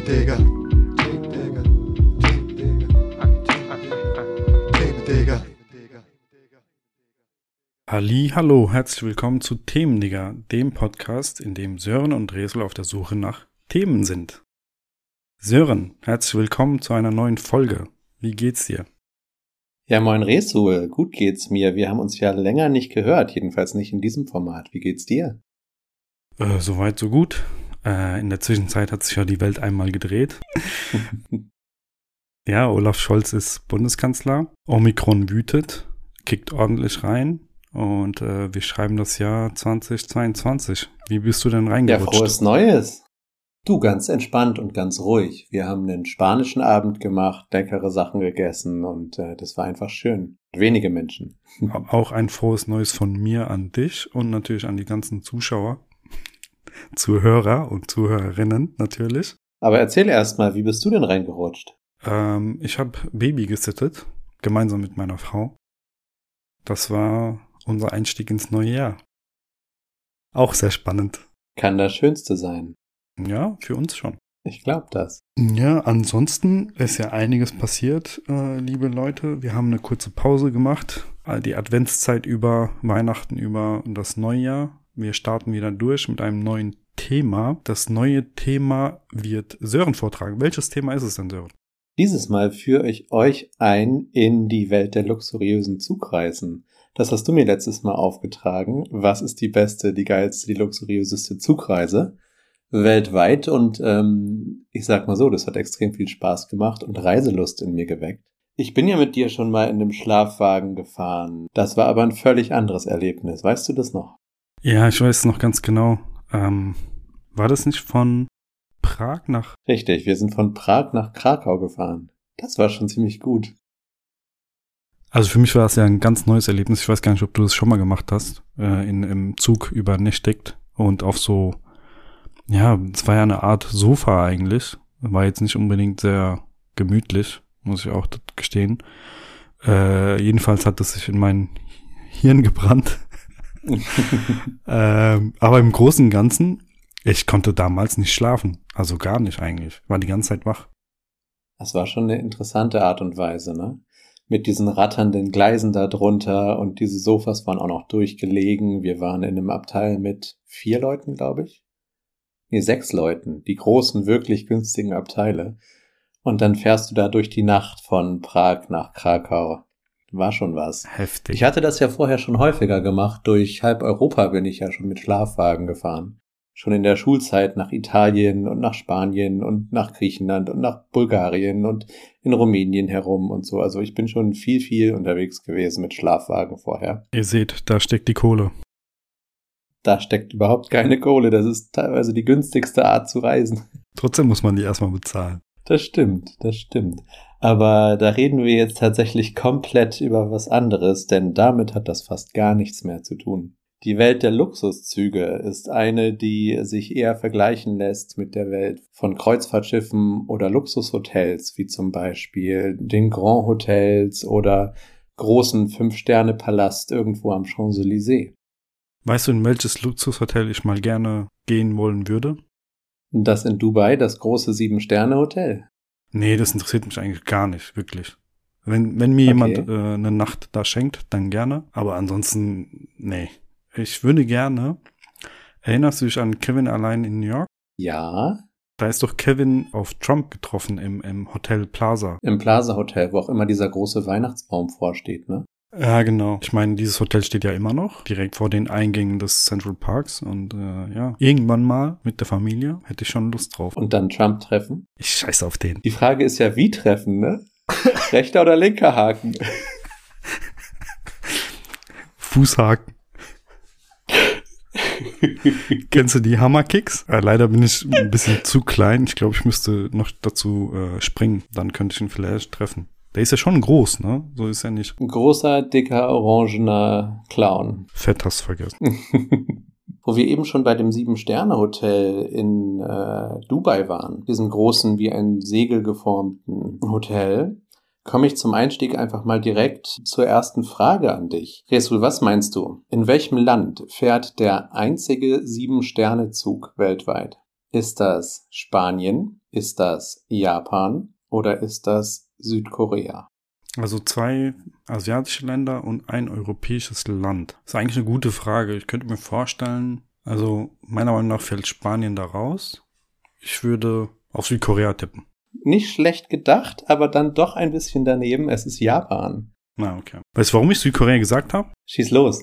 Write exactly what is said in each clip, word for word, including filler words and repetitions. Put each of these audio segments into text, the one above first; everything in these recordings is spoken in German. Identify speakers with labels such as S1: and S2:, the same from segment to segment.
S1: Themendigger. Themendigger. Themendigger. Themendigger.
S2: Halli, hallo, herzlich willkommen zu Themendigger, dem Podcast, in dem Sören und Resel auf der Suche nach Themen sind. Sören, herzlich willkommen zu einer neuen Folge. Wie geht's dir?
S3: Ja, moin Resul, gut geht's mir. Wir haben uns ja länger nicht gehört, jedenfalls nicht in diesem Format. Wie geht's dir?
S2: Äh, soweit, so gut. Äh, in der Zwischenzeit hat sich ja die Welt einmal gedreht. Ja, Olaf Scholz ist Bundeskanzler. Omikron wütet, kickt ordentlich rein. Und äh, wir schreiben das Jahr zwanzig zweiundzwanzig. Wie bist du denn
S3: Ja,
S2: reingerutscht?
S3: frohes Neues. Du, ganz entspannt und ganz ruhig. Wir haben einen spanischen Abend gemacht, leckere Sachen gegessen und äh, das war einfach schön. Wenige Menschen.
S2: Auch ein frohes Neues von mir an dich und natürlich an die ganzen Zuschauer, Zuhörer und Zuhörerinnen natürlich.
S3: Aber erzähl erst mal, wie bist du denn reingerutscht?
S2: Ähm, ich habe Baby gesittet, gemeinsam mit meiner Frau. Das war unser Einstieg ins neue Jahr. Auch sehr spannend.
S3: Kann das Schönste sein.
S2: Ja, für uns schon.
S3: Ich glaube das.
S2: Ja, ansonsten ist ja einiges passiert, äh, liebe Leute. Wir haben eine kurze Pause gemacht. Äh, Die Adventszeit über, Weihnachten über und das Neujahr. Wir starten wieder durch mit einem neuen Thema. Das neue Thema wird Sören vortragen. Welches Thema ist es denn, Sören?
S3: Dieses Mal führe ich euch ein in die Welt der luxuriösen Zugreisen. Das hast du mir letztes Mal aufgetragen. Was ist die beste, die geilste, die luxuriöseste Zugreise weltweit? Und ähm, ich sag mal so, das hat extrem viel Spaß gemacht und Reiselust in mir geweckt. Ich bin ja mit dir schon mal in einem Schlafwagen gefahren. Das war aber ein völlig anderes Erlebnis. Weißt du das noch?
S2: Ja, ich weiß noch ganz genau. Ähm, war das nicht von Prag nach...
S3: Richtig, wir sind von Prag nach Krakau gefahren. Das war schon ziemlich gut.
S2: Also für mich war das ja ein ganz neues Erlebnis. Ich weiß gar nicht, ob du das schon mal gemacht hast. Äh, in, im Zug übernächtigt und auf so... Ja, es war ja eine Art Sofa eigentlich. War jetzt nicht unbedingt sehr gemütlich, muss ich auch gestehen. Äh, jedenfalls hat es sich in mein Hirn gebrannt. ähm, aber im Großen und Ganzen, ich konnte damals nicht schlafen. Also gar nicht eigentlich. War die ganze Zeit wach.
S3: Das war schon eine interessante Art und Weise, ne? Mit diesen ratternden Gleisen da drunter und diese Sofas waren auch noch durchgelegen. Wir waren in einem Abteil mit vier Leuten, glaube ich. Nee, sechs Leuten. Die großen, wirklich günstigen Abteile. Und dann fährst du da durch die Nacht von Prag nach Krakau. War schon was.
S2: Heftig.
S3: Ich hatte das ja vorher schon häufiger gemacht. Durch halb Europa bin ich ja schon mit Schlafwagen gefahren. Schon in der Schulzeit nach Italien und nach Spanien und nach Griechenland und nach Bulgarien und in Rumänien herum und so. Also ich bin schon viel, viel unterwegs gewesen mit Schlafwagen vorher.
S2: Ihr seht, da steckt die Kohle.
S3: Da steckt überhaupt keine Kohle. Das ist teilweise die günstigste Art zu reisen.
S2: Trotzdem muss man die erstmal bezahlen.
S3: Das stimmt, das stimmt. Aber da reden wir jetzt tatsächlich komplett über was anderes, denn damit hat das fast gar nichts mehr zu tun. Die Welt der Luxuszüge ist eine, die sich eher vergleichen lässt mit der Welt von Kreuzfahrtschiffen oder Luxushotels, wie zum Beispiel den Grand Hotels oder großen Fünf-Sterne-Palast irgendwo am Champs-Élysées.
S2: Weißt du, in welches Luxushotel ich mal gerne gehen wollen würde?
S3: Das in Dubai, das große Sieben-Sterne-Hotel.
S2: Nee, das interessiert mich eigentlich gar nicht, wirklich. Wenn, wenn mir
S3: Okay.
S2: jemand äh, eine Nacht da schenkt, dann gerne. Aber ansonsten, nee. Ich würde gerne, erinnerst du dich an Kevin allein in New York?
S3: Ja,
S2: Da ist doch Kevin auf Trump getroffen im, im Hotel Plaza.
S3: im Plaza Hotel, wo auch immer dieser große Weihnachtsbaum vorsteht, ne?
S2: Ja, genau. Ich meine, dieses Hotel steht ja immer noch, direkt vor den Eingängen des Central Parks. Und äh, ja, irgendwann mal mit der Familie hätte ich schon Lust drauf.
S3: Und dann Trump treffen.
S2: Ich scheiße auf den.
S3: Die Frage ist ja, wie treffen, ne? Rechter oder linker Haken?
S2: Fußhaken. Kennst du die Hammerkicks? Äh, leider bin ich ein bisschen zu klein. Ich glaube, ich müsste noch dazu äh, springen. Dann könnte ich ihn vielleicht treffen. Der ist ja schon groß, ne? So ist er nicht.
S3: Ein großer, dicker, orangener Clown.
S2: Fett hast du vergessen.
S3: Wo wir eben schon bei dem Sieben-Sterne-Hotel in äh, Dubai waren, diesem großen, wie ein Segel geformten Hotel, komme ich zum Einstieg einfach mal direkt zur ersten Frage an dich. Resul, was meinst du? In welchem Land fährt der einzige Sieben-Sterne-Zug weltweit? Ist das Spanien? Ist das Japan? Oder ist das Südkorea?
S2: Also zwei asiatische Länder und ein europäisches Land. Das ist eigentlich eine gute Frage. Ich könnte mir vorstellen, also meiner Meinung nach fällt Spanien da raus. Ich würde auf Südkorea tippen.
S3: Nicht schlecht gedacht, aber dann doch ein bisschen daneben. Es ist Japan.
S2: Na, okay. Weißt du, warum ich Südkorea gesagt habe?
S3: Schieß los.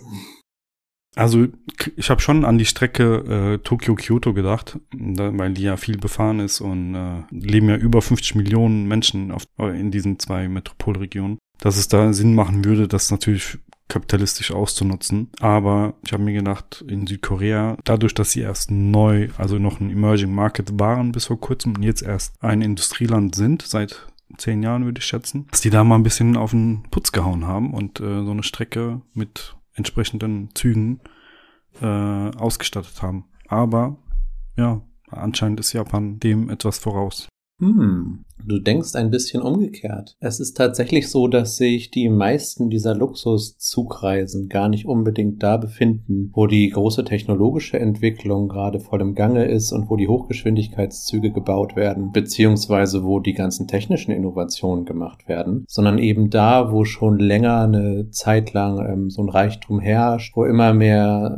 S2: Also ich habe schon an die Strecke äh, Tokio-Kyoto gedacht, da, weil die ja viel befahren ist und äh, leben ja über fünfzig Millionen Menschen auf, in diesen zwei Metropolregionen. Dass es da Sinn machen würde, das natürlich kapitalistisch auszunutzen. Aber ich habe mir gedacht, in Südkorea, dadurch, dass sie erst neu, also noch ein Emerging Market waren bis vor kurzem und jetzt erst ein Industrieland sind, seit zehn Jahren würde ich schätzen, dass die da mal ein bisschen auf den Putz gehauen haben und äh, so eine Strecke mit entsprechenden Zügen äh, ausgestattet haben. Aber ja, anscheinend ist Japan dem etwas voraus.
S3: Hm, du denkst ein bisschen umgekehrt. Es ist tatsächlich so, dass sich die meisten dieser Luxuszugreisen gar nicht unbedingt da befinden, wo die große technologische Entwicklung gerade voll im Gange ist und wo die Hochgeschwindigkeitszüge gebaut werden, beziehungsweise wo die ganzen technischen Innovationen gemacht werden, sondern eben da, wo schon länger eine Zeit lang ähm, so ein Reichtum herrscht, wo immer mehr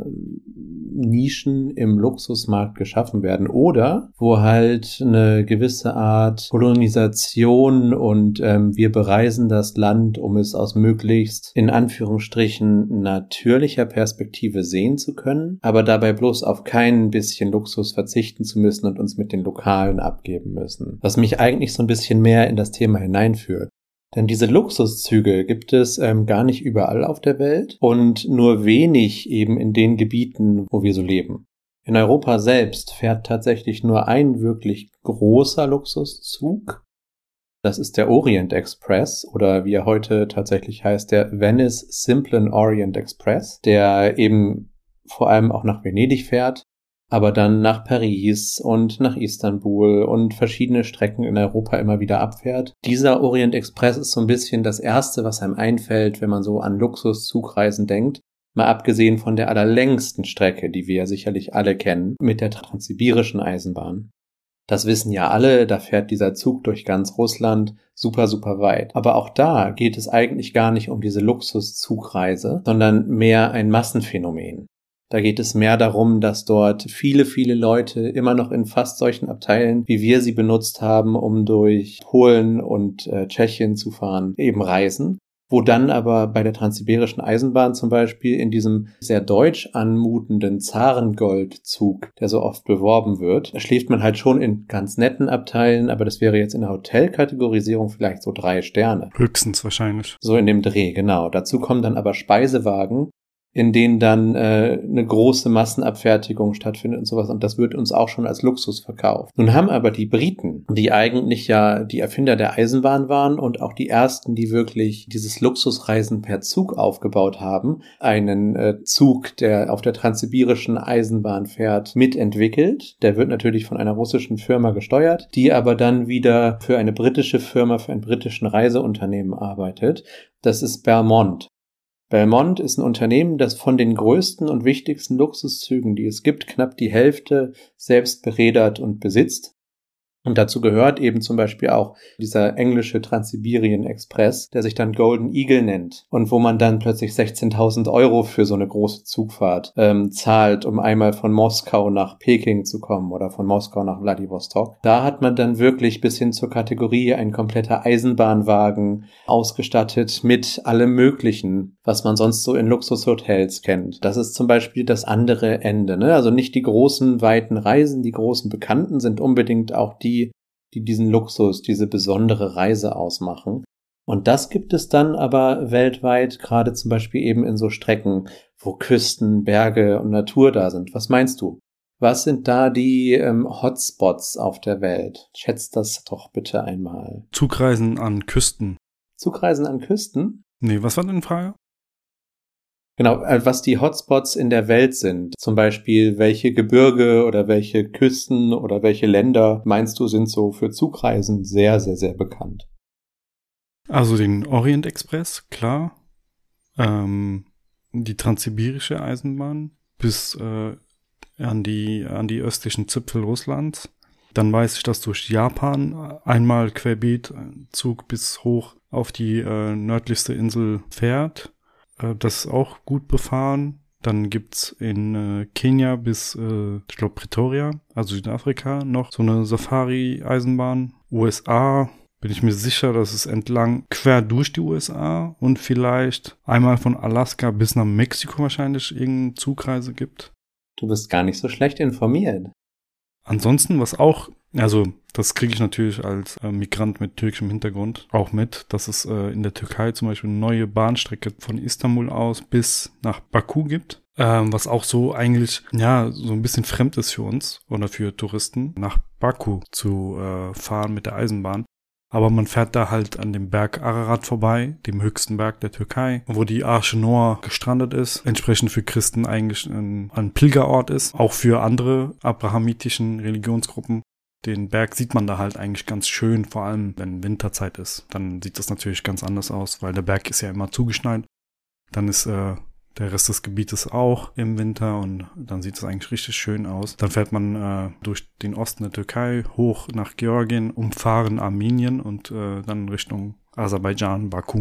S3: Nischen im Luxusmarkt geschaffen werden oder wo halt eine gewisse Art Kolonisation und ähm, wir bereisen das Land, um es aus möglichst in Anführungsstrichen natürlicher Perspektive sehen zu können, aber dabei bloß auf kein bisschen Luxus verzichten zu müssen und uns mit den Lokalen abgeben müssen. Was mich eigentlich so ein bisschen mehr in das Thema hineinführt. Denn diese Luxuszüge gibt es ähm, gar nicht überall auf der Welt und nur wenig eben in den Gebieten, wo wir so leben. In Europa selbst fährt tatsächlich nur ein wirklich großer Luxuszug. Das ist der Orient Express oder wie er heute tatsächlich heißt, der Venice Simplon Orient Express, der eben vor allem auch nach Venedig fährt, aber dann nach Paris und nach Istanbul und verschiedene Strecken in Europa immer wieder abfährt. Dieser Orient Express ist so ein bisschen das Erste, was einem einfällt, wenn man so an Luxuszugreisen denkt. Mal abgesehen von der allerlängsten Strecke, die wir ja sicherlich alle kennen, mit der transsibirischen Eisenbahn. Das wissen ja alle, da fährt dieser Zug durch ganz Russland super, super weit. Aber auch da geht es eigentlich gar nicht um diese Luxuszugreise, sondern mehr ein Massenphänomen. Da geht es mehr darum, dass dort viele, viele Leute immer noch in fast solchen Abteilen, wie wir sie benutzt haben, um durch Polen und äh, Tschechien zu fahren, eben reisen. Wo dann aber bei der transsibirischen Eisenbahn zum Beispiel in diesem sehr deutsch anmutenden Zarengoldzug, der so oft beworben wird, da schläft man halt schon in ganz netten Abteilen, aber das wäre jetzt in der Hotelkategorisierung vielleicht so drei Sterne.
S2: Höchstens wahrscheinlich.
S3: So in dem Dreh, genau. Dazu kommen dann aber Speisewagen, in denen dann äh, eine große Massenabfertigung stattfindet und sowas. Und das wird uns auch schon als Luxus verkauft. Nun haben aber die Briten, die eigentlich ja die Erfinder der Eisenbahn waren und auch die ersten, die wirklich dieses Luxusreisen per Zug aufgebaut haben, einen äh, Zug, der auf der transsibirischen Eisenbahn fährt, mitentwickelt. Der wird natürlich von einer russischen Firma gesteuert, die aber dann wieder für eine britische Firma, für ein britischen Reiseunternehmen arbeitet. Das ist Belmont. Belmont ist ein Unternehmen, das von den größten und wichtigsten Luxuszügen, die es gibt, knapp die Hälfte selbst bereedert und besitzt. Und dazu gehört eben zum Beispiel auch dieser englische Transsibirien Express, der sich dann Golden Eagle nennt und wo man dann plötzlich sechzehntausend Euro für so eine große Zugfahrt ähm, zahlt, um einmal von Moskau nach Peking zu kommen oder von Moskau nach Wladiwostok. Da hat man dann wirklich bis hin zur Kategorie ein kompletter Eisenbahnwagen ausgestattet mit allem Möglichen, was man sonst so in Luxushotels kennt. Das ist zum Beispiel das andere Ende, ne? Also nicht die großen, weiten Reisen, die großen Bekannten sind unbedingt auch die, die diesen Luxus, diese besondere Reise ausmachen. Und das gibt es dann aber weltweit, gerade zum Beispiel eben in so Strecken, wo Küsten, Berge und Natur da sind. Was meinst du? Was sind da die ähm, Hotspots auf der Welt? Schätzt das doch bitte einmal.
S2: Zugreisen an Küsten.
S3: Zugreisen an Küsten?
S2: Nee, was war denn die Frage?
S3: Genau, was die Hotspots in der Welt sind. Zum Beispiel, welche Gebirge oder welche Küsten oder welche Länder, meinst du, sind so für Zugreisen sehr, sehr, sehr bekannt?
S2: Also den Orient Express, klar. Ähm, die transsibirische Eisenbahn bis äh, an die, an die östlichen Zipfel Russlands. Dann weiß ich, dass durch Japan einmal querbeet ein Zug bis hoch auf die äh, nördlichste Insel fährt. Äh, das ist auch gut befahren. Dann gibt's in äh, Kenia bis, äh, ich glaube, Pretoria, also Südafrika, noch so eine Safari-Eisenbahn. U S A bin ich mir sicher, dass es entlang quer durch die U S A und vielleicht einmal von Alaska bis nach Mexiko wahrscheinlich irgendeine Zugreise gibt.
S3: Du bist gar nicht so schlecht informiert.
S2: Ansonsten, was auch, also das kriege ich natürlich als äh, Migrant mit türkischem Hintergrund auch mit, dass es äh, in der Türkei zum Beispiel eine neue Bahnstrecke von Istanbul aus bis nach Baku gibt, ähm, was auch so eigentlich, ja, so ein bisschen fremd ist für uns oder für Touristen, nach Baku zu äh, fahren mit der Eisenbahn. Aber man fährt da halt an dem Berg Ararat vorbei, dem höchsten Berg der Türkei, wo die Arche Noah gestrandet ist. Entsprechend für Christen eigentlich ein, ein Pilgerort ist. Auch für andere abrahamitischen Religionsgruppen. Den Berg sieht man da halt eigentlich ganz schön, vor allem wenn Winterzeit ist. Dann sieht das natürlich ganz anders aus, weil der Berg ist ja immer zugeschneit. Dann ist äh, der Rest des Gebietes auch im Winter und dann sieht es eigentlich richtig schön aus. Dann fährt man äh, durch den Osten der Türkei hoch nach Georgien, umfahren Armenien und äh, dann Richtung Aserbaidschan, Baku.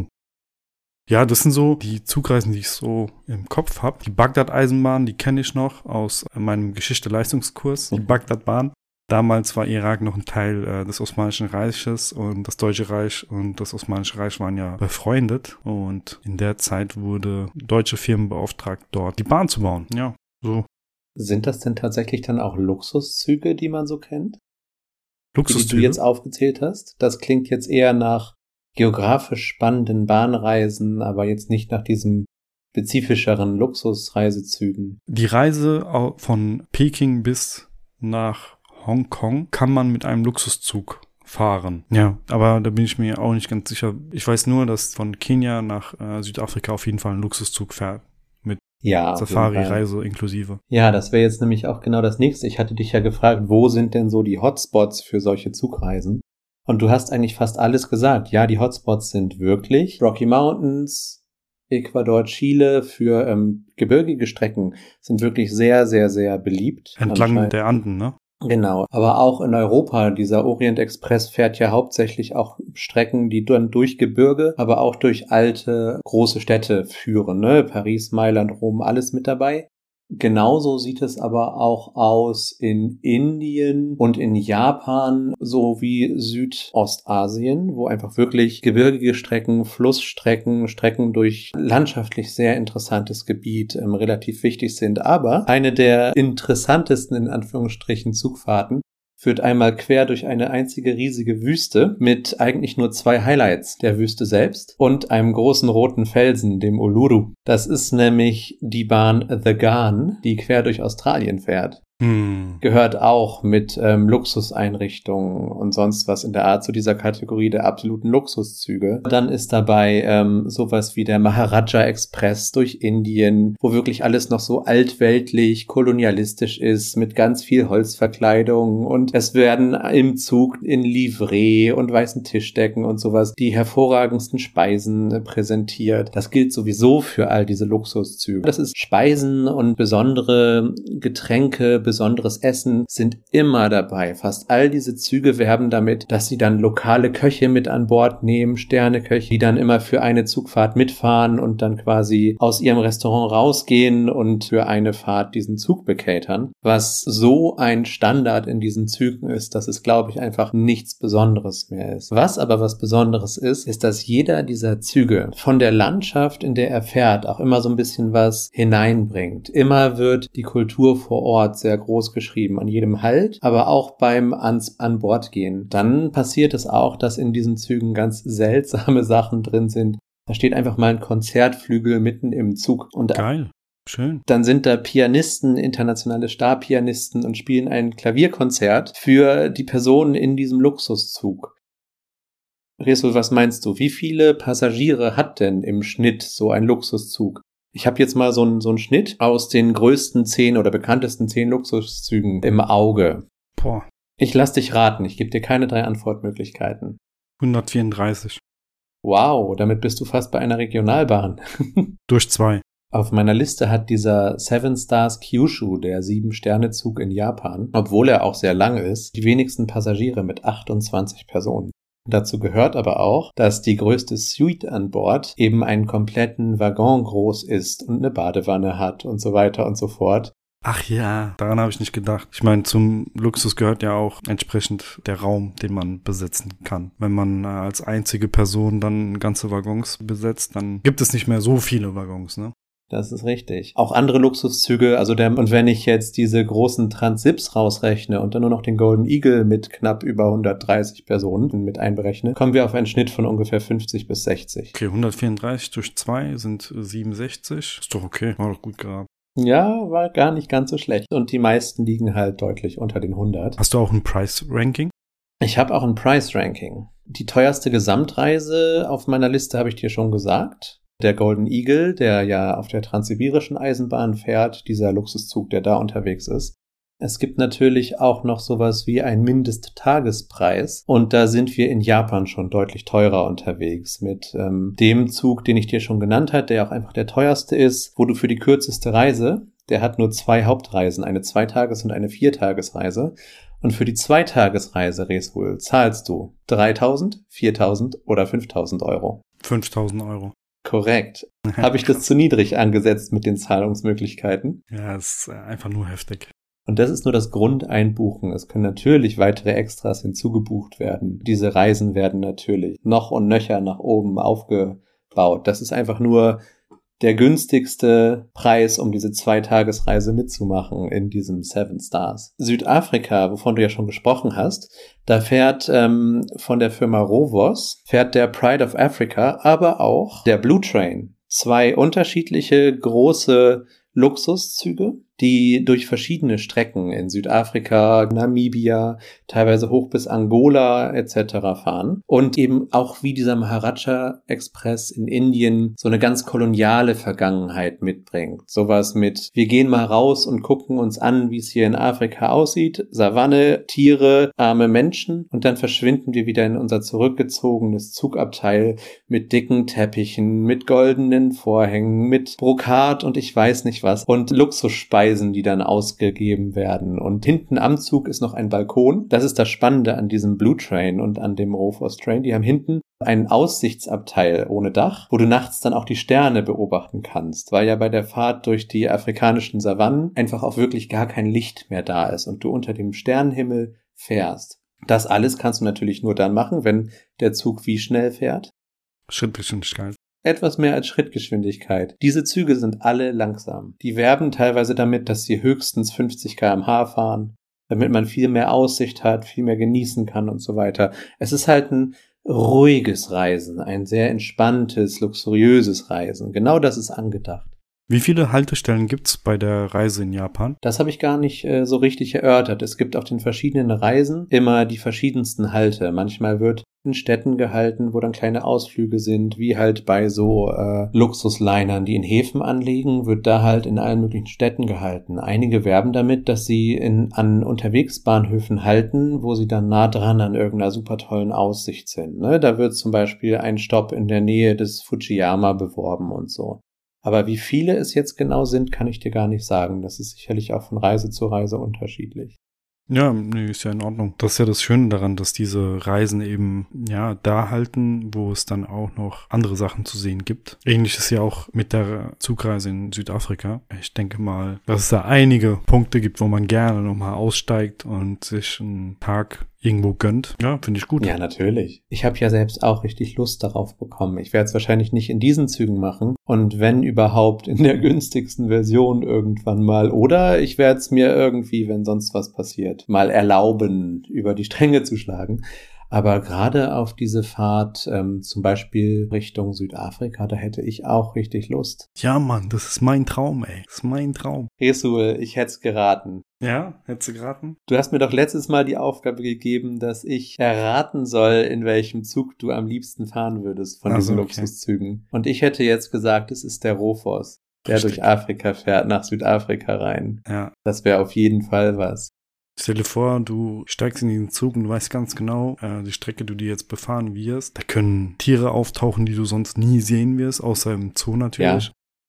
S2: Ja, das sind so die Zugreisen, die ich so im Kopf habe. Die Bagdad-Eisenbahn, die kenne ich noch aus meinem Geschichte-Leistungskurs, die Bagdad-Bahn. Damals war Irak noch ein Teil äh, des Osmanischen Reiches und das Deutsche Reich und das Osmanische Reich waren ja befreundet und in der Zeit wurde deutsche Firmen beauftragt, dort die Bahn zu bauen. Ja, so.
S3: Sind das denn tatsächlich dann auch Luxuszüge, die man so kennt?
S2: Luxuszüge?
S3: Die du jetzt aufgezählt hast? Das klingt jetzt eher nach geografisch spannenden Bahnreisen, aber jetzt nicht nach diesem spezifischeren Luxusreisezügen.
S2: Die Reise von Peking bis nach Hongkong kann man mit einem Luxuszug fahren. Ja, aber da bin ich mir auch nicht ganz sicher. Ich weiß nur, dass von Kenia nach äh, Südafrika auf jeden Fall ein Luxuszug fährt. Mit
S3: ja,
S2: Safari-Reise inklusive.
S3: Ja, das wäre jetzt nämlich auch genau das nächste. Ich hatte dich ja gefragt, wo sind denn so die Hotspots für solche Zugreisen? Und du hast eigentlich fast alles gesagt. Ja, die Hotspots sind wirklich Rocky Mountains, Ecuador, Chile für ähm, gebirgige Strecken sind wirklich sehr, sehr, sehr beliebt.
S2: Entlang der Anden, ne?
S3: Genau, aber auch in Europa, dieser Orient Express fährt ja hauptsächlich auch Strecken, die dann durch Gebirge, aber auch durch alte, große Städte führen, ne? Paris, Mailand, Rom, alles mit dabei. Genauso sieht es aber auch aus in Indien und in Japan sowie Südostasien, wo einfach wirklich gebirgige Strecken, Flussstrecken, Strecken durch landschaftlich sehr interessantes Gebiet ähm, relativ wichtig sind. Aber eine der interessantesten, in Anführungsstrichen, Zugfahrten führt einmal quer durch eine einzige riesige Wüste mit eigentlich nur zwei Highlights, der Wüste selbst und einem großen roten Felsen, dem Uluru. Das ist nämlich die Bahn The Ghan, die quer durch Australien fährt.
S2: Hm.
S3: Gehört auch mit ähm, Luxuseinrichtungen und sonst was in der Art zu dieser Kategorie der absoluten Luxuszüge. Dann ist dabei ähm, sowas wie der Maharaja Express durch Indien, wo wirklich alles noch so altweltlich, kolonialistisch ist, mit ganz viel Holzverkleidung und es werden im Zug in Livree und weißen Tischdecken und sowas die hervorragendsten Speisen äh, präsentiert. Das gilt sowieso für all diese Luxuszüge. Das ist Speisen und besondere Getränke, besonderes Essen sind immer dabei. Fast all diese Züge werben damit, dass sie dann lokale Köche mit an Bord nehmen, Sterneköche, die dann immer für eine Zugfahrt mitfahren und dann quasi aus ihrem Restaurant rausgehen und für eine Fahrt diesen Zug bekatern. Was so ein Standard in diesen Zügen ist, dass es, glaube ich, einfach nichts Besonderes mehr ist. Was aber was Besonderes ist, ist, dass jeder dieser Züge von der Landschaft, in der er fährt, auch immer so ein bisschen was hineinbringt. Immer wird die Kultur vor Ort sehr groß geschrieben, an jedem Halt, aber auch beim ans an Bord gehen. Dann passiert es auch, dass in diesen Zügen ganz seltsame Sachen drin sind. Da steht einfach mal ein Konzertflügel mitten im Zug. Und
S2: geil, schön.
S3: Dann sind da Pianisten, internationale Starpianisten und spielen ein Klavierkonzert für die Personen in diesem Luxuszug. Resul, was meinst du? Wie viele Passagiere hat denn im Schnitt so ein Luxuszug? Ich habe jetzt mal so einen so einen Schnitt aus den größten zehn oder bekanntesten zehn Luxuszügen im Auge.
S2: Boah.
S3: Ich lass dich raten, ich gebe dir keine drei Antwortmöglichkeiten.
S2: hundertvierunddreißig.
S3: Wow, damit bist du fast bei einer Regionalbahn.
S2: Durch zwei.
S3: Auf meiner Liste hat dieser Seven Stars Kyushu, der Sieben-Sterne-Zug in Japan, obwohl er auch sehr lang ist, die wenigsten Passagiere mit achtundzwanzig Personen. Dazu gehört aber auch, dass die größte Suite an Bord eben einen kompletten Waggon groß ist und eine Badewanne hat und so weiter und so fort.
S2: Ach ja, daran habe ich nicht gedacht. Ich meine, zum Luxus gehört ja auch entsprechend der Raum, den man besetzen kann. Wenn man äh, als einzige Person dann ganze Waggons besetzt, dann gibt es nicht mehr so viele Waggons, ne?
S3: Das ist richtig. Auch andere Luxuszüge, also der, und wenn ich jetzt diese großen Transips rausrechne und dann nur noch den Golden Eagle mit knapp über hundertdreißig Personen mit einberechne, kommen wir auf einen Schnitt von ungefähr fünfzig bis sechzig.
S2: Okay, hundertvierunddreißig durch zwei sind siebenundsechzig. Ist doch okay, war doch gut geraten.
S3: Ja, war gar nicht ganz so schlecht. Und die meisten liegen halt deutlich unter den hundert.
S2: Hast du auch ein Price-Ranking?
S3: Ich habe auch ein Price-Ranking. Die teuerste Gesamtreise auf meiner Liste habe ich dir schon gesagt. Der Golden Eagle, der ja auf der transsibirischen Eisenbahn fährt, dieser Luxuszug, der da unterwegs ist. Es gibt natürlich auch noch sowas wie einen Mindesttagespreis und da sind wir in Japan schon deutlich teurer unterwegs mit ähm, dem Zug, den ich dir schon genannt habe, der auch einfach der teuerste ist, wo du für die kürzeste Reise, der hat nur zwei Hauptreisen, eine Zweitages- und eine Viertagesreise. Und für die Zweitagesreise, Resul, zahlst du dreitausend, viertausend oder fünftausend Euro.
S2: fünftausend Euro.
S3: Korrekt. Habe ich das zu niedrig angesetzt mit den Zahlungsmöglichkeiten?
S2: Ja, ist einfach nur heftig.
S3: Und das ist nur das Grundeinbuchen. Es können natürlich weitere Extras hinzugebucht werden. Diese Reisen werden natürlich noch und nöcher nach oben aufgebaut. Das ist einfach nur der günstigste Preis, um diese Zweitagesreise mitzumachen in diesem Seven Stars. Südafrika, wovon du ja schon gesprochen hast, da fährt ähm, von der Firma Rovos, fährt der Pride of Africa, aber auch der Blue Train. Zwei unterschiedliche große Luxuszüge, die durch verschiedene Strecken in Südafrika, Namibia, teilweise hoch bis Angola et cetera fahren und eben auch wie dieser Maharaja Express in Indien so eine ganz koloniale Vergangenheit mitbringt. Sowas mit, wir gehen mal raus und gucken uns an, wie es hier in Afrika aussieht, Savanne, Tiere, arme Menschen und dann verschwinden wir wieder in unser zurückgezogenes Zugabteil mit dicken Teppichen, mit goldenen Vorhängen, mit Brokat und ich weiß nicht was und Luxusspeisen, die dann ausgegeben werden. Und hinten am Zug ist noch ein Balkon. Das ist das Spannende an diesem Blue Train und an dem Rovos Train. Die haben hinten einen Aussichtsabteil ohne Dach, wo du nachts dann auch die Sterne beobachten kannst, weil ja bei der Fahrt durch die afrikanischen Savannen einfach auch wirklich gar kein Licht mehr da ist und du unter dem Sternenhimmel fährst. Das alles kannst du natürlich nur dann machen, wenn der Zug wie schnell fährt?
S2: Schrittgeschwindigkeit.
S3: Etwas mehr als Schrittgeschwindigkeit. Diese Züge sind alle langsam. Die werben teilweise damit, dass sie höchstens fünfzig Kilometer pro Stunde fahren, damit man viel mehr Aussicht hat, viel mehr genießen kann und so weiter. Es ist halt ein ruhiges Reisen, ein sehr entspanntes, luxuriöses Reisen. Genau das ist angedacht.
S2: Wie viele Haltestellen gibt's bei der Reise in Japan?
S3: Das habe ich gar nicht äh, so richtig erörtert. Es gibt auf den verschiedenen Reisen immer die verschiedensten Halte. Manchmal wird in Städten gehalten, wo dann kleine Ausflüge sind, wie halt bei so äh, Luxuslinern, die in Häfen anlegen, wird da halt in allen möglichen Städten gehalten. Einige werben damit, dass sie in an Unterwegsbahnhöfen halten, wo sie dann nah dran an irgendeiner super tollen Aussicht sind. Ne? Da wird zum Beispiel ein Stopp in der Nähe des Fujiyama beworben und so. Aber wie viele es jetzt genau sind, kann ich dir gar nicht sagen. Das ist sicherlich auch von Reise zu Reise unterschiedlich.
S2: Ja, nee, ist ja in Ordnung. Das ist ja das Schöne daran, dass diese Reisen eben, ja, da halten, wo es dann auch noch andere Sachen zu sehen gibt. Ähnlich ist ja auch mit der Zugreise in Südafrika. Ich denke mal, dass es da einige Punkte gibt, wo man gerne nochmal aussteigt und sich einen Tag irgendwo gönnt. Ja, finde ich gut.
S3: Ja, natürlich. Ich habe ja selbst auch richtig Lust darauf bekommen. Ich werde es wahrscheinlich nicht in diesen Zügen machen und wenn überhaupt in der günstigsten Version irgendwann mal. Oder ich werde es mir irgendwie, wenn sonst was passiert, mal erlauben, über die Stränge zu schlagen. Aber gerade auf diese Fahrt, ähm, zum Beispiel Richtung Südafrika, da hätte ich auch richtig Lust.
S2: Ja, Mann, das ist mein Traum, ey. Das ist mein Traum.
S3: Resul, ich hätte es geraten.
S2: Ja, hättest du geraten?
S3: Du hast mir doch letztes Mal die Aufgabe gegeben, dass ich erraten soll, in welchem Zug du am liebsten fahren würdest von
S2: Also,
S3: diesen
S2: okay.
S3: Luxuszügen. Und ich hätte jetzt gesagt, es ist der Rovos, der
S2: Richtig.
S3: durch Afrika fährt, nach Südafrika rein.
S2: Ja.
S3: Das wäre auf jeden Fall was.
S2: Stell dir vor, du steigst in diesen Zug und du weißt ganz genau, äh, die Strecke, die du jetzt befahren wirst, da können Tiere auftauchen, die du sonst nie sehen wirst, außer im Zoo natürlich.
S3: Ja.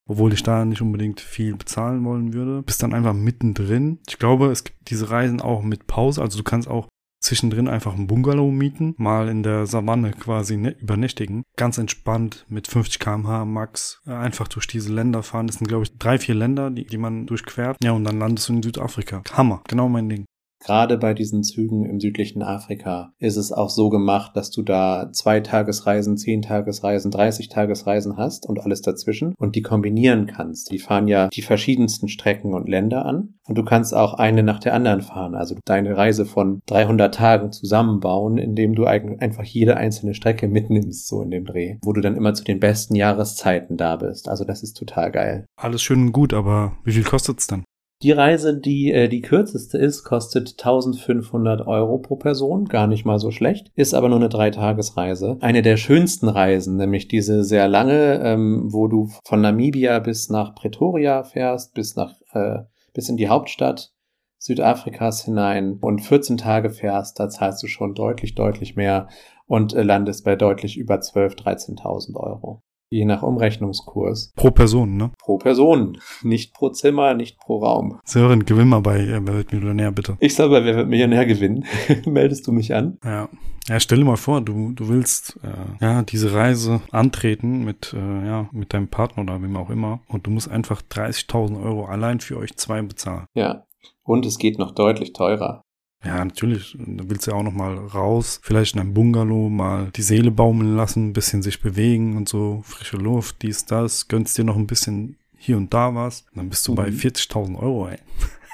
S2: obwohl ich da nicht unbedingt viel bezahlen wollen würde. Bist dann einfach mittendrin. Ich glaube, es gibt diese Reisen auch mit Pause, also du kannst auch zwischendrin einfach ein Bungalow mieten, mal in der Savanne quasi ne, übernächtigen. Ganz entspannt mit fünfzig Kilometer pro Stunde max äh, einfach durch diese Länder fahren. Das sind, glaube ich, drei, vier Länder, die, die man durchquert. Ja, und dann landest du in Südafrika. Hammer, genau mein Ding.
S3: Gerade bei diesen Zügen im südlichen Afrika ist es auch so gemacht, dass du da zwei Tagesreisen, zehn Tagesreisen, dreißig Tagesreisen hast und alles dazwischen und die kombinieren kannst. Die fahren ja die verschiedensten Strecken und Länder an und du kannst auch eine nach der anderen fahren. Also deine Reise von dreihundert Tagen zusammenbauen, indem du einfach jede einzelne Strecke mitnimmst, so in dem Dreh, wo du dann immer zu den besten Jahreszeiten da bist. Also das ist total geil.
S2: Alles schön und gut, aber wie viel kostet's dann?
S3: Die Reise, die äh, die kürzeste ist, kostet eintausendfünfhundert Euro pro Person, gar nicht mal so schlecht, ist aber nur eine Dreitagesreise. Eine der schönsten Reisen, nämlich diese sehr lange, ähm, wo du von Namibia bis nach Pretoria fährst, bis nach äh, bis in die Hauptstadt Südafrikas hinein und vierzehn Tage fährst, da zahlst du schon deutlich, deutlich mehr und äh, landest bei deutlich über zwölftausend, dreizehntausend Euro. Je nach Umrechnungskurs.
S2: Pro Person, ne?
S3: Pro Person. Nicht pro Zimmer, nicht pro Raum.
S2: Sören, gewinn mal bei äh, Wer wird Millionär, bitte.
S3: Ich soll bei Wer wird Millionär gewinnen. Meldest du mich an?
S2: Ja. Ja, stell dir mal vor, du du willst äh, ja diese Reise antreten mit äh, ja mit deinem Partner oder wem auch immer und du musst einfach dreißigtausend Euro allein für euch zwei bezahlen.
S3: Ja. Und es geht noch deutlich teurer.
S2: Ja, natürlich. Du willst ja auch noch mal raus, vielleicht in einem Bungalow mal die Seele baumeln lassen, ein bisschen sich bewegen und so, frische Luft, dies, das, gönnst dir noch ein bisschen hier und da was. Dann bist du mhm. bei vierzigtausend Euro, ey.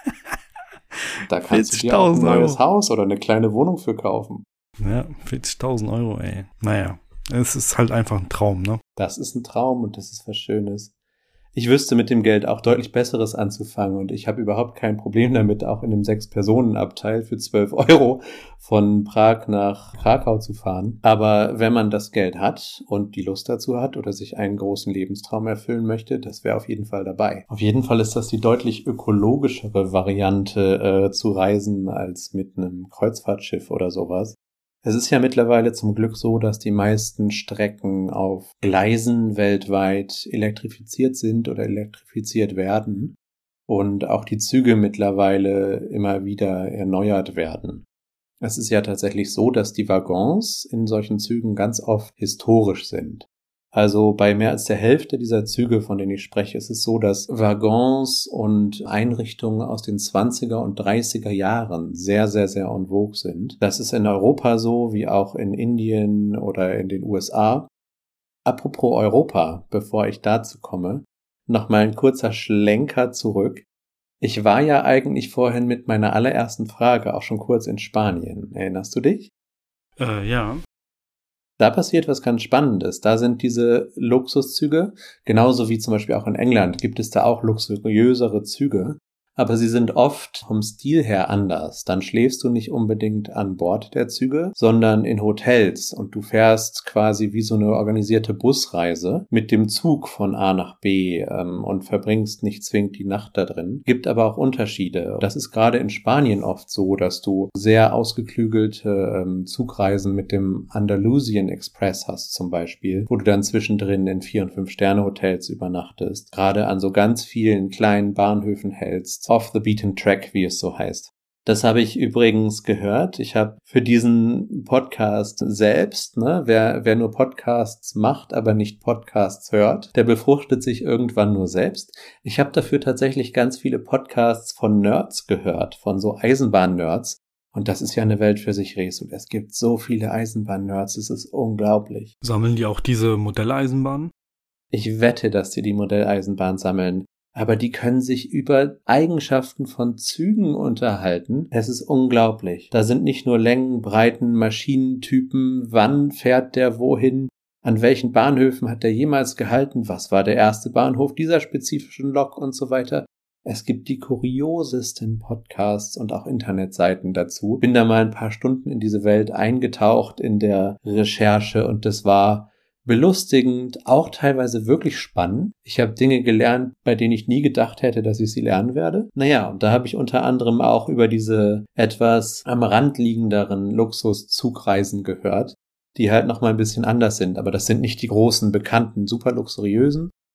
S3: Da kannst du dir auch ein neues Haus oder eine kleine Wohnung für kaufen.
S2: Ja, vierzigtausend Euro, ey. Naja, es ist halt einfach ein Traum, ne?
S3: Das ist ein Traum und das ist was Schönes. Ich wüsste mit dem Geld auch deutlich Besseres anzufangen und ich habe überhaupt kein Problem damit, auch in einem Sechs-Personen-Abteil für zwölf Euro von Prag nach Krakau zu fahren. Aber wenn man das Geld hat und die Lust dazu hat oder sich einen großen Lebenstraum erfüllen möchte, das wäre auf jeden Fall dabei. Auf jeden Fall ist das die deutlich ökologischere Variante äh, zu reisen als mit einem Kreuzfahrtschiff oder sowas. Es ist ja mittlerweile zum Glück so, dass die meisten Strecken auf Gleisen weltweit elektrifiziert sind oder elektrifiziert werden und auch die Züge mittlerweile immer wieder erneuert werden. Es ist ja tatsächlich so, dass die Waggons in solchen Zügen ganz oft historisch sind. Also bei mehr als der Hälfte dieser Züge, von denen ich spreche, ist es so, dass Waggons und Einrichtungen aus den zwanziger und dreißiger Jahren sehr, sehr, sehr en vogue sind. Das ist in Europa so, wie auch in Indien oder in den U S A. Apropos Europa, bevor ich dazu komme, nochmal ein kurzer Schlenker zurück. Ich war ja eigentlich vorhin mit meiner allerersten Frage auch schon kurz in Spanien. Erinnerst du dich?
S2: Äh, ja.
S3: Da passiert was ganz Spannendes. Da sind diese Luxuszüge, genauso wie zum Beispiel auch in England, gibt es da auch luxuriösere Züge. Aber sie sind oft vom Stil her anders. Dann schläfst du nicht unbedingt an Bord der Züge, sondern in Hotels und du fährst quasi wie so eine organisierte Busreise mit dem Zug von A nach B ähm, und verbringst nicht zwingend die Nacht da drin. Gibt aber auch Unterschiede. Das ist gerade in Spanien oft so, dass du sehr ausgeklügelte ähm, Zugreisen mit dem Andalusian Express hast zum Beispiel, wo du dann zwischendrin in Vier- und Fünf-Sterne-Hotels übernachtest. Gerade an so ganz vielen kleinen Bahnhöfen hältst. Off the beaten track, wie es so heißt. Das habe ich übrigens gehört. Ich habe für diesen Podcast selbst, ne, wer, wer nur Podcasts macht, aber nicht Podcasts hört, der befruchtet sich irgendwann nur selbst. Ich habe dafür tatsächlich ganz viele Podcasts von Nerds gehört, von so Eisenbahn-Nerds. Und das ist ja eine Welt für sich, Resu. Es gibt so viele Eisenbahn-Nerds, es ist unglaublich.
S2: Sammeln die auch diese Modelleisenbahnen?
S3: Ich wette, dass die die Modelleisenbahn sammeln. Aber die können sich über Eigenschaften von Zügen unterhalten. Es ist unglaublich. Da sind nicht nur Längen, Breiten, Maschinentypen, wann fährt der wohin, an welchen Bahnhöfen hat der jemals gehalten, was war der erste Bahnhof dieser spezifischen Lok und so weiter. Es gibt die kuriosesten Podcasts und auch Internetseiten dazu. Bin da mal ein paar Stunden in diese Welt eingetaucht in der Recherche und das war belustigend, auch teilweise wirklich spannend. Ich habe Dinge gelernt, bei denen ich nie gedacht hätte, dass ich sie lernen werde. Naja, und da habe ich unter anderem auch über diese etwas am Rand liegenderen Luxuszugreisen gehört, die halt nochmal ein bisschen anders sind. Aber das sind nicht die großen, bekannten, super luxuriösen,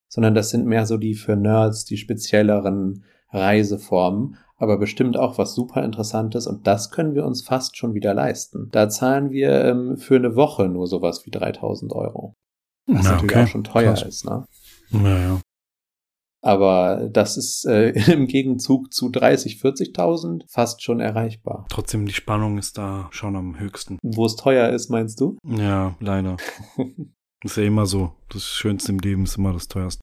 S3: sondern das sind mehr so die für Nerds, die spezielleren Reiseformen, aber bestimmt auch was super Interessantes und das können wir uns fast schon wieder leisten. Da zahlen wir ähm, für eine Woche nur sowas wie dreitausend Euro. Was
S2: Ja,
S3: natürlich
S2: okay.
S3: auch schon teuer
S2: Krass.
S3: ist, ne?
S2: Ja, ja.
S3: Aber das ist äh, im Gegenzug zu dreißig, vierzigtausend fast schon erreichbar.
S2: Trotzdem, die Spannung ist da schon am höchsten.
S3: Wo es teuer ist, meinst du?
S2: Ja, leider. Ist ja immer so. Das Schönste im Leben ist immer das Teuerste.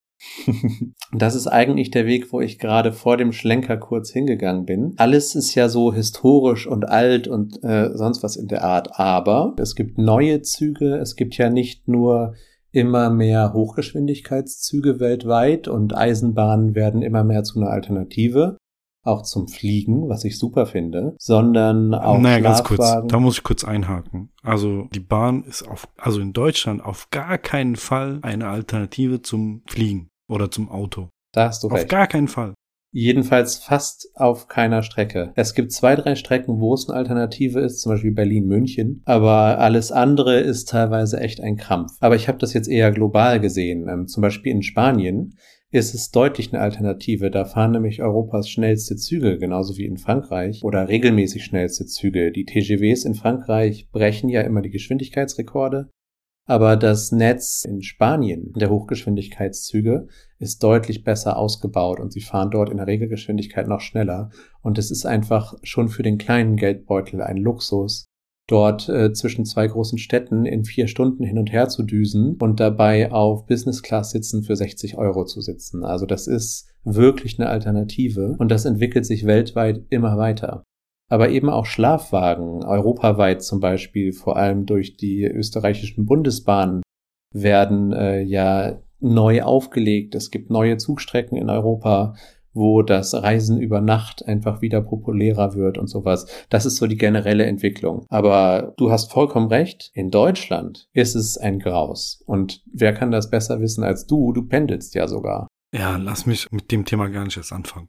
S3: Das ist eigentlich der Weg, wo ich gerade vor dem Schlenker kurz hingegangen bin. Alles ist ja so historisch und alt und äh, sonst was in der Art. Aber es gibt neue Züge. Es gibt ja nicht nur immer mehr Hochgeschwindigkeitszüge weltweit und Eisenbahnen werden immer mehr zu einer Alternative. Auch zum Fliegen, was ich super finde, sondern auch
S2: Naja, ganz kurz,
S3: Schlafwagen.
S2: da muss ich kurz einhaken. Also die Bahn ist auf, also in Deutschland auf gar keinen Fall eine Alternative zum Fliegen oder zum Auto.
S3: Da hast du
S2: Auf
S3: recht.
S2: gar keinen Fall.
S3: Jedenfalls fast auf keiner Strecke. Es gibt zwei, drei Strecken, wo es eine Alternative ist, zum Beispiel Berlin-München, aber alles andere ist teilweise echt ein Krampf. Aber ich habe das jetzt eher global gesehen. Ähm, zum Beispiel in Spanien ist es deutlich eine Alternative. Da fahren nämlich Europas schnellste Züge, genauso wie in Frankreich, oder regelmäßig schnellste Züge. Die T G Vs in Frankreich brechen ja immer die Geschwindigkeitsrekorde. Aber das Netz in Spanien der Hochgeschwindigkeitszüge ist deutlich besser ausgebaut und sie fahren dort in der Regelgeschwindigkeit noch schneller. Und es ist einfach schon für den kleinen Geldbeutel ein Luxus, dort äh, zwischen zwei großen Städten in vier Stunden hin und her zu düsen und dabei auf Business Class sitzen für sechzig Euro zu sitzen. Also das ist wirklich eine Alternative und das entwickelt sich weltweit immer weiter. Aber eben auch Schlafwagen, europaweit zum Beispiel, vor allem durch die österreichischen Bundesbahnen, werden äh, ja neu aufgelegt. Es gibt neue Zugstrecken in Europa, wo das Reisen über Nacht einfach wieder populärer wird und sowas. Das ist so die generelle Entwicklung. Aber du hast vollkommen recht, in Deutschland ist es ein Graus. Und wer kann das besser wissen als du? Du pendelst ja sogar.
S2: Ja, lass mich mit dem Thema gar nicht erst anfangen.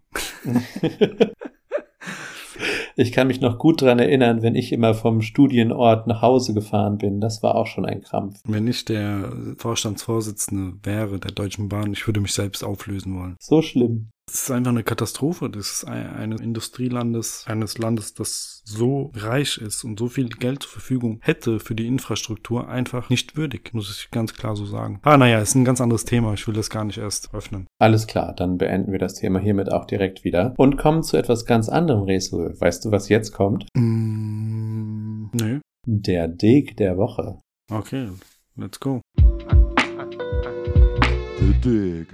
S3: Ich kann mich noch gut dran erinnern, wenn ich immer vom Studienort nach Hause gefahren bin. Das war auch schon ein Krampf.
S2: Wenn ich der Vorstandsvorsitzende wäre der Deutschen Bahn, ich würde mich selbst auflösen wollen.
S3: So schlimm.
S2: Das ist einfach eine Katastrophe. Das ist ein, eines Industrielandes, eines Landes, das so reich ist und so viel Geld zur Verfügung hätte für die Infrastruktur, einfach nicht würdig, muss ich ganz klar so sagen. Ah, naja, ist ein ganz anderes Thema. Ich will das gar nicht erst öffnen.
S3: Alles klar, dann beenden wir das Thema hiermit auch direkt wieder und kommen zu etwas ganz anderem, Resul. Weißt du, was jetzt kommt?
S2: Mm, nee.
S3: Der Dig der Woche.
S2: Okay, let's go.
S1: The Dig.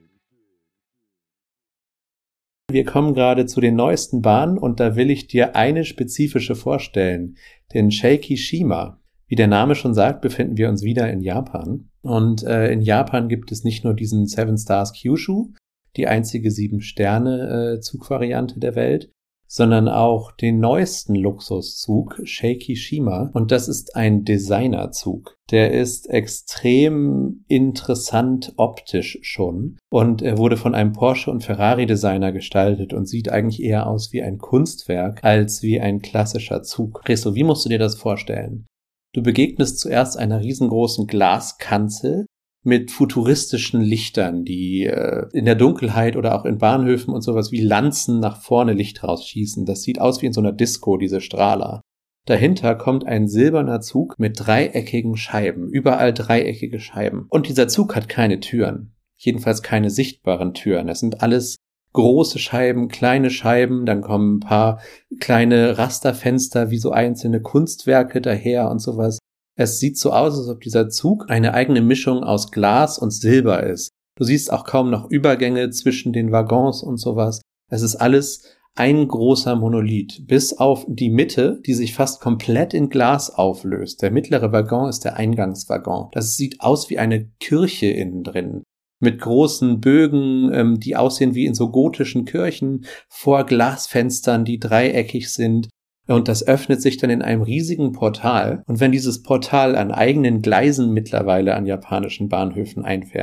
S3: Wir kommen gerade zu den neuesten Bahnen und da will ich dir eine spezifische vorstellen, den Seiki-Shima. Wie der Name schon sagt, befinden wir uns wieder in Japan. Und äh, in Japan gibt es nicht nur diesen Seven Stars Kyushu, die einzige Sieben-Sterne-Zugvariante der Welt, sondern auch den neuesten Luxuszug, Seiki-Shima. Und das ist ein Designerzug. Der ist extrem interessant optisch schon. Und er wurde von einem Porsche- und Ferrari-Designer gestaltet und sieht eigentlich eher aus wie ein Kunstwerk als wie ein klassischer Zug. Reso, wie musst du dir das vorstellen? Du begegnest zuerst einer riesengroßen Glaskanzel mit futuristischen Lichtern, die äh, in der Dunkelheit oder auch in Bahnhöfen und sowas wie Lanzen nach vorne Licht rausschießen. Das sieht aus wie in so einer Disco, diese Strahler. Dahinter kommt ein silberner Zug mit dreieckigen Scheiben, überall dreieckige Scheiben. Und dieser Zug hat keine Türen, jedenfalls keine sichtbaren Türen. Es sind alles große Scheiben, kleine Scheiben, dann kommen ein paar kleine Rasterfenster wie so einzelne Kunstwerke daher und sowas. Es sieht so aus, als ob dieser Zug eine eigene Mischung aus Glas und Silber ist. Du siehst auch kaum noch Übergänge zwischen den Waggons und sowas. Es ist alles ein großer Monolith, bis auf die Mitte, die sich fast komplett in Glas auflöst. Der mittlere Waggon ist der Eingangswaggon. Das sieht aus wie eine Kirche innen drin. Mit großen Bögen, ähm, die aussehen wie in so gotischen Kirchen, vor Glasfenstern, die dreieckig sind. Und das öffnet sich dann in einem riesigen Portal. Und wenn dieses Portal an eigenen Gleisen mittlerweile an japanischen Bahnhöfen einfährt,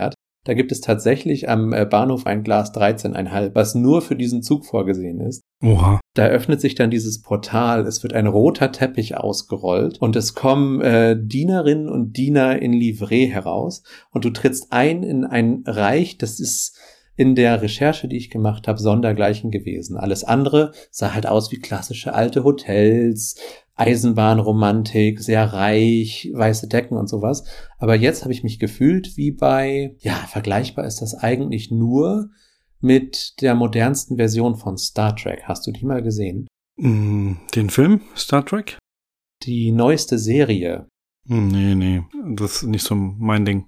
S3: Da gibt es tatsächlich am Bahnhof ein Glas dreizehn Komma fünf, was nur für diesen Zug vorgesehen ist.
S2: Oha.
S3: Da öffnet sich dann dieses Portal, es wird ein roter Teppich ausgerollt und es kommen äh, Dienerinnen und Diener in Livree heraus und du trittst ein in ein Reich, das ist in der Recherche, die ich gemacht habe, sondergleichen gewesen. Alles andere sah halt aus wie klassische alte Hotels, Eisenbahnromantik, sehr reich, weiße Decken und sowas. Aber jetzt habe ich mich gefühlt wie bei, ja, vergleichbar ist das eigentlich nur mit der modernsten Version von Star Trek. Hast du die mal gesehen?
S2: Den Film Star Trek?
S3: Die neueste Serie.
S2: Nee, nee, das ist nicht so mein Ding.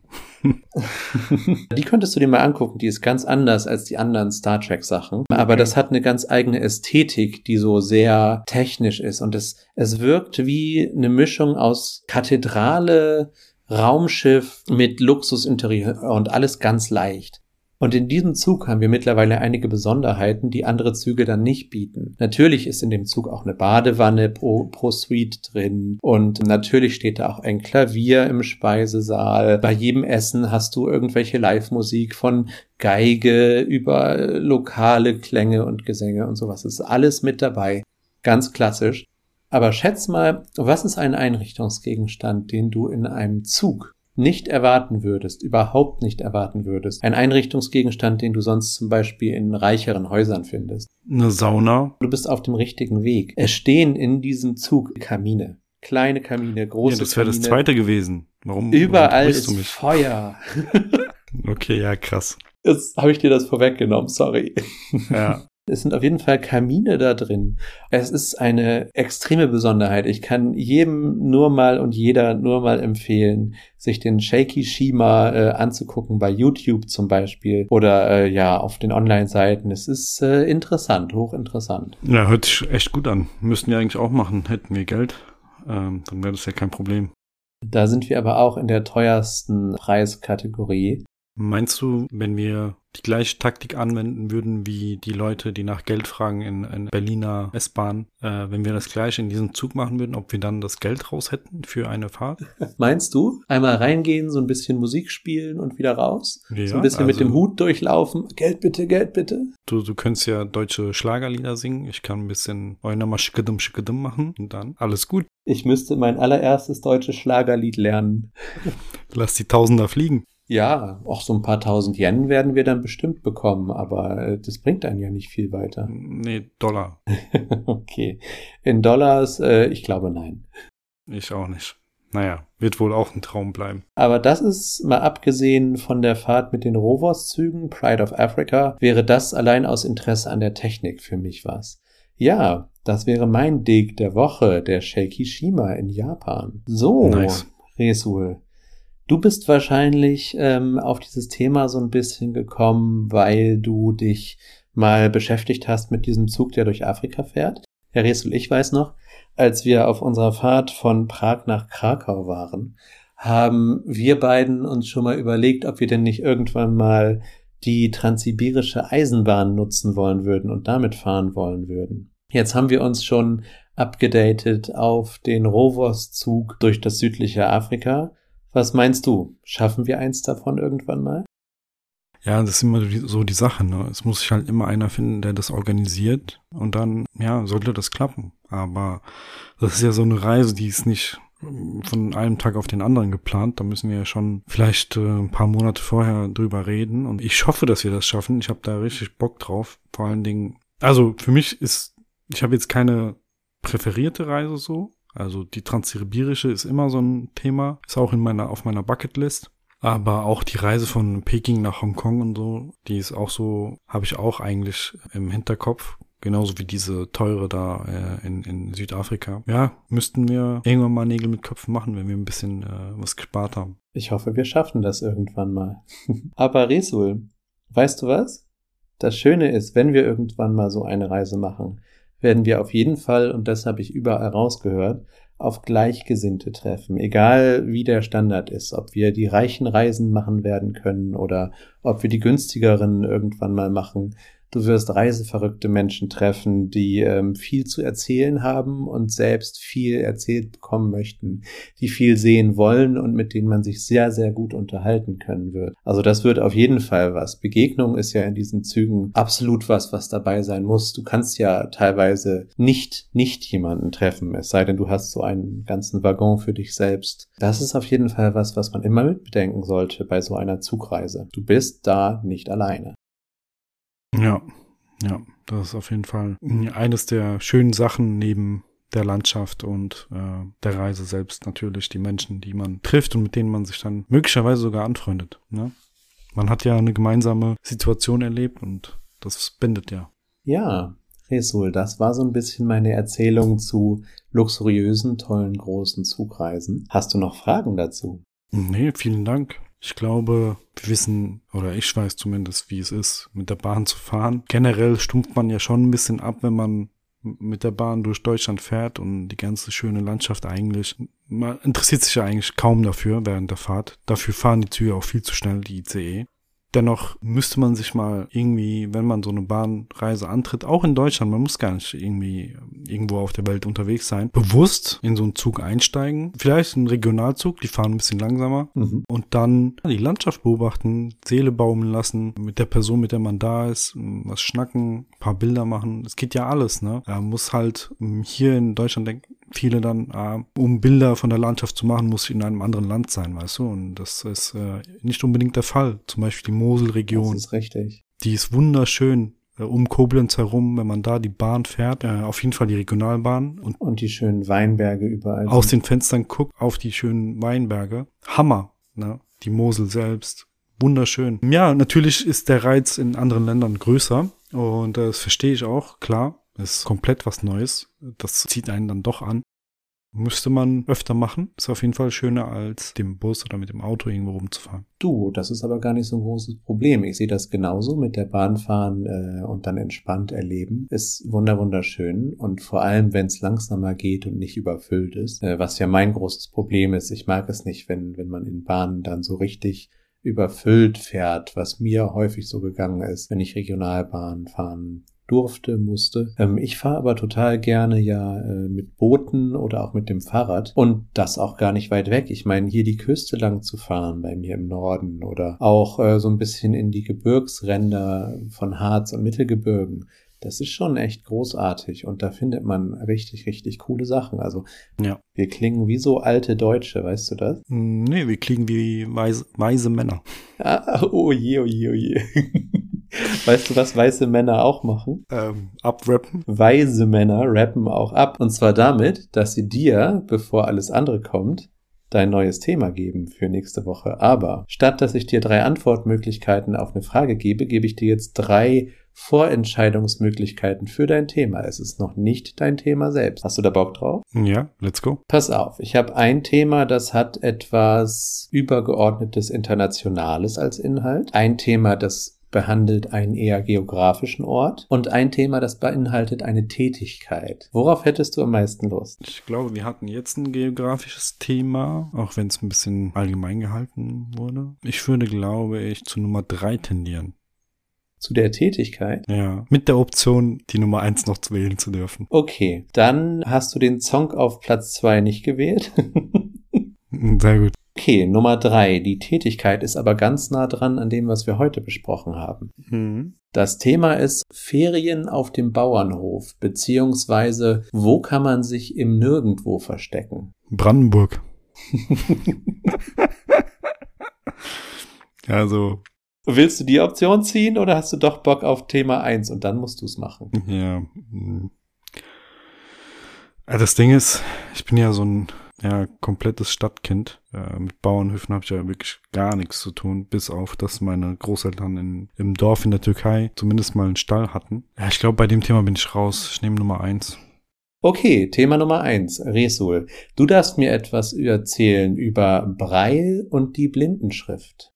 S3: Die könntest du dir mal angucken, die ist ganz anders als die anderen Star Trek Sachen, aber okay. Das hat eine ganz eigene Ästhetik, die so sehr technisch ist und es, es wirkt wie eine Mischung aus Kathedrale, Raumschiff mit Luxusinterieur und alles ganz leicht. Und in diesem Zug haben wir mittlerweile einige Besonderheiten, die andere Züge dann nicht bieten. Natürlich ist in dem Zug auch eine Badewanne pro, pro Suite drin und natürlich steht da auch ein Klavier im Speisesaal. Bei jedem Essen hast du irgendwelche Live-Musik von Geige über lokale Klänge und Gesänge und sowas. Das ist alles mit dabei. Ganz klassisch. Aber schätz mal, was ist ein Einrichtungsgegenstand, den du in einem Zug nicht erwarten würdest, überhaupt nicht erwarten würdest. Ein Einrichtungsgegenstand, den du sonst zum Beispiel in reicheren Häusern findest.
S2: Eine Sauna.
S3: Du bist auf dem richtigen Weg. Es stehen in diesem Zug Kamine. Kleine Kamine, große Kamine. Ja,
S2: das wäre das zweite gewesen. Warum?
S3: Überall
S2: warum
S3: ist
S2: du mich?
S3: Feuer.
S2: Okay, ja, krass.
S3: Jetzt habe ich dir das vorweggenommen, sorry.
S2: Ja.
S3: Es sind auf jeden Fall Kamine da drin. Es ist eine extreme Besonderheit. Ich kann jedem nur mal und jeder nur mal empfehlen, sich den Shaky Shima äh, anzugucken, bei YouTube zum Beispiel oder äh, ja auf den Online-Seiten. Es ist äh, interessant, hochinteressant.
S2: Ja, hört sich echt gut an. Müssten wir eigentlich auch machen, hätten wir Geld. Ähm, dann wäre das ja kein Problem.
S3: Da sind wir aber auch in der teuersten Preiskategorie.
S2: Meinst du, wenn wir die gleiche Taktik anwenden würden wie die Leute, die nach Geld fragen in, in Berliner S-Bahn, äh, wenn wir das gleiche in diesem Zug machen würden, ob wir dann das Geld raus hätten für eine Fahrt?
S3: Meinst du? Einmal reingehen, so ein bisschen Musik spielen und wieder raus?
S2: Ja,
S3: so ein bisschen also mit dem Hut durchlaufen. Geld bitte, Geld bitte.
S2: Du, du könntest ja deutsche Schlagerlieder singen. Ich kann ein bisschen Eunama Schickedim Schickedim machen und dann alles gut.
S3: Ich müsste mein allererstes deutsches Schlagerlied lernen.
S2: Lass die Tausender fliegen.
S3: Ja, auch so ein paar tausend Yen werden wir dann bestimmt bekommen, aber das bringt einen ja nicht viel weiter.
S2: Nee, Dollar.
S3: Okay. In Dollars, äh, ich glaube nein.
S2: Ich auch nicht. Naja, wird wohl auch ein Traum bleiben.
S3: Aber das ist, mal abgesehen von der Fahrt mit den Rovos-Zügen, Pride of Africa, wäre das allein aus Interesse an der Technik für mich was. Ja, das wäre mein Dig der Woche, der Shaky Shima in Japan. So, nice. Resul. Du bist wahrscheinlich ähm, auf dieses Thema so ein bisschen gekommen, weil du dich mal beschäftigt hast mit diesem Zug, der durch Afrika fährt. Herr Resul, ich weiß noch, als wir auf unserer Fahrt von Prag nach Krakau waren, haben wir beiden uns schon mal überlegt, ob wir denn nicht irgendwann mal die transsibirische Eisenbahn nutzen wollen würden und damit fahren wollen würden. Jetzt haben wir uns schon abgedatet auf den Rovos-Zug durch das südliche Afrika. Was meinst du? Schaffen wir eins davon irgendwann mal?
S2: Ja, das ist immer so die Sache, ne? Es muss sich halt immer einer finden, der das organisiert und dann, ja, sollte das klappen. Aber das ist ja so eine Reise, die ist nicht von einem Tag auf den anderen geplant. Da müssen wir ja schon vielleicht äh, ein paar Monate vorher drüber reden und ich hoffe, dass wir das schaffen. Ich habe da richtig Bock drauf. Vor allen Dingen, also für mich ist, ich habe jetzt keine präferierte Reise so. Also die transsibirische ist immer so ein Thema, ist auch in meiner auf meiner Bucketlist. Aber auch die Reise von Peking nach Hongkong und so, die ist auch so, habe ich auch eigentlich im Hinterkopf. Genauso wie diese teure da äh, in, in Südafrika. Ja, müssten wir irgendwann mal Nägel mit Köpfen machen, wenn wir ein bisschen äh, was gespart haben.
S3: Ich hoffe, wir schaffen das irgendwann mal. Aber Resul, weißt du was? Das Schöne ist, wenn wir irgendwann mal so eine Reise machen, werden wir auf jeden Fall, und das habe ich überall rausgehört, auf Gleichgesinnte treffen. Egal wie der Standard ist, ob wir die reichen Reisen machen werden können oder ob wir die günstigeren irgendwann mal machen. Du wirst reiseverrückte Menschen treffen, die ähm, viel zu erzählen haben und selbst viel erzählt bekommen möchten, die viel sehen wollen und mit denen man sich sehr, sehr gut unterhalten können wird. Also das wird auf jeden Fall was. Begegnung ist ja in diesen Zügen absolut was, was dabei sein muss. Du kannst ja teilweise nicht, nicht jemanden treffen, es sei denn, du hast so einen ganzen Waggon für dich selbst. Das ist auf jeden Fall was, was man immer mitbedenken sollte bei so einer Zugreise. Du bist da nicht alleine.
S2: Ja, ja, das ist auf jeden Fall eines der schönen Sachen neben der Landschaft und äh, der Reise selbst natürlich, die Menschen, die man trifft und mit denen man sich dann möglicherweise sogar anfreundet. Ne? Man hat ja eine gemeinsame Situation erlebt und das bindet ja.
S3: Ja, Resul, das war so ein bisschen meine Erzählung zu luxuriösen, tollen, großen Zugreisen. Hast du noch Fragen dazu?
S2: Nee, vielen Dank. Ich glaube, wir wissen, oder ich weiß zumindest, wie es ist, mit der Bahn zu fahren. Generell stumpft man ja schon ein bisschen ab, wenn man mit der Bahn durch Deutschland fährt und die ganze schöne Landschaft eigentlich, man interessiert sich ja eigentlich kaum dafür während der Fahrt. Dafür fahren die Züge auch viel zu schnell, die I C E. Dennoch müsste man sich mal irgendwie, wenn man so eine Bahnreise antritt, auch in Deutschland, man muss gar nicht irgendwie irgendwo auf der Welt unterwegs sein, bewusst in so einen Zug einsteigen. Vielleicht ein Regionalzug, die fahren ein bisschen langsamer mhm. und dann die Landschaft beobachten, Seele baumeln lassen, mit der Person, mit der man da ist, was schnacken, ein paar Bilder machen. Es geht ja alles, ne? Man muss halt hier in Deutschland denken, viele dann, äh, um Bilder von der Landschaft zu machen, muss ich in einem anderen Land sein, weißt du? Und das ist äh, nicht unbedingt der Fall. Zum Beispiel die Moselregion.
S3: Das ist richtig.
S2: Die ist wunderschön. Äh, um Koblenz herum, wenn man da die Bahn fährt, äh, auf jeden Fall die Regionalbahn. Und,
S3: und die schönen Weinberge überall.
S2: Aus den Fenstern guckt auf die schönen Weinberge. Hammer, ne? Die Mosel selbst. Wunderschön. Ja, natürlich ist der Reiz in anderen Ländern größer. Und äh, das verstehe ich auch, klar. Das ist komplett was Neues. Das zieht einen dann doch an. Müsste man öfter machen. Ist auf jeden Fall schöner, als dem Bus oder mit dem Auto irgendwo rumzufahren.
S3: Du, das ist aber gar nicht so ein großes Problem. Ich sehe das genauso mit der Bahn fahren äh, und dann entspannt erleben. Ist wunder wunderschön. Und vor allem, wenn es langsamer geht und nicht überfüllt ist. Äh, was ja mein großes Problem ist. Ich mag es nicht, wenn, wenn man in Bahnen dann so richtig überfüllt fährt, was mir häufig so gegangen ist, wenn ich Regionalbahn fahren durfte, musste. Ähm, ich fahre aber total gerne ja äh, mit Booten oder auch mit dem Fahrrad und das auch gar nicht weit weg. Ich meine, hier die Küste lang zu fahren bei mir im Norden oder auch äh, so ein bisschen in die Gebirgsränder von Harz und Mittelgebirgen. Das ist schon echt großartig und da findet man richtig, richtig coole Sachen. Also
S2: ja.
S3: Wir klingen wie so alte Deutsche, weißt du das?
S2: Nee, wir klingen wie weise, weise Männer.
S3: Ah, oh je, oh je, oh je. Weißt du, was weiße Männer auch machen?
S2: Ähm, abrappen.
S3: Weise Männer rappen auch ab. Und zwar damit, dass sie dir, bevor alles andere kommt, dein neues Thema geben für nächste Woche. Aber statt dass ich dir drei Antwortmöglichkeiten auf eine Frage gebe, gebe ich dir jetzt drei Vorentscheidungsmöglichkeiten für dein Thema. Es ist noch nicht dein Thema selbst. Hast du da Bock drauf?
S2: Ja, let's go.
S3: Pass auf, ich habe ein Thema, das hat etwas übergeordnetes Internationales als Inhalt. Ein Thema, das behandelt einen eher geografischen Ort und ein Thema, das beinhaltet eine Tätigkeit. Worauf hättest du am meisten Lust?
S2: Ich glaube, wir hatten jetzt ein geografisches Thema, auch wenn es ein bisschen allgemein gehalten wurde. Ich würde, glaube ich, zu Nummer drei tendieren.
S3: Zu der Tätigkeit?
S2: Ja, mit der Option, die Nummer eins noch wählen zu dürfen.
S3: Okay, dann hast du den Song auf Platz zwei nicht gewählt.
S2: Sehr gut.
S3: Okay, Nummer drei. Die Tätigkeit ist aber ganz nah dran an dem, was wir heute besprochen haben.
S2: Mhm.
S3: Das Thema ist Ferien auf dem Bauernhof, beziehungsweise wo kann man sich im Nirgendwo verstecken?
S2: Brandenburg. Also.
S3: Willst du die Option ziehen oder hast du doch Bock auf Thema eins und dann musst du es machen?
S2: Ja. Das Ding ist, ich bin ja so ein ja, komplettes Stadtkind. Äh, mit Bauernhöfen habe ich ja wirklich gar nichts zu tun, bis auf, dass meine Großeltern in, im Dorf in der Türkei zumindest mal einen Stall hatten. Ja, ich glaube, bei dem Thema bin ich raus. Ich nehme Nummer eins.
S3: Okay, Thema Nummer eins, Resul. Du darfst mir etwas erzählen über Braille und die Blindenschrift.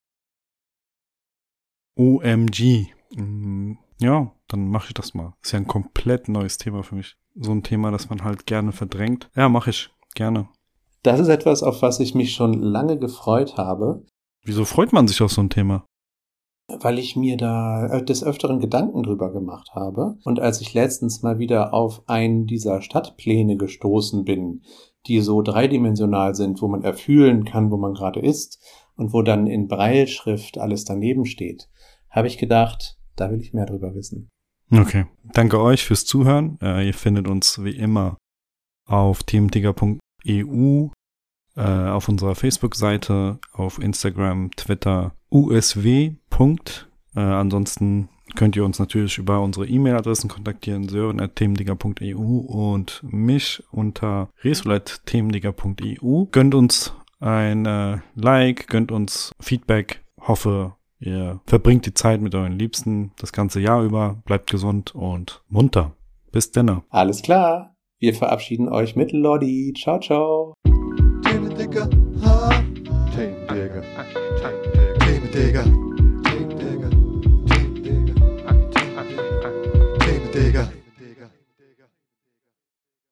S2: O M G. Ja, dann mache ich das mal. Ist ja ein komplett neues Thema für mich. So ein Thema, das man halt gerne verdrängt. Ja, mache ich. Gerne.
S3: Das ist etwas, auf was ich mich schon lange gefreut habe.
S2: Wieso freut man sich auf so ein Thema?
S3: weil ich mir da des Öfteren Gedanken drüber gemacht habe. Und als ich letztens mal wieder auf einen dieser Stadtpläne gestoßen bin, die so dreidimensional sind, wo man erfühlen kann, wo man gerade ist und wo dann in Brailleschrift alles daneben steht, habe ich gedacht, da will ich mehr drüber wissen.
S2: Okay, danke euch fürs Zuhören. Äh, ihr findet uns wie immer auf thementigger punkt e u, äh, auf unserer Facebook-Seite, auf Instagram, Twitter, U S W. Äh, ansonsten könnt ihr uns natürlich über unsere E-Mail-Adressen kontaktieren, sören at themendigger punkt e u und mich unter resul at themendigger punkt e u. Gönnt uns ein äh, Like, gönnt uns Feedback. Hoffe, ihr verbringt die Zeit mit euren Liebsten das ganze Jahr über. Bleibt gesund und munter. Bis denne.
S3: Alles klar. Wir verabschieden euch mit Lodi. Ciao, ciao.
S1: Themendigger, ha. Themendigger, Themendigger.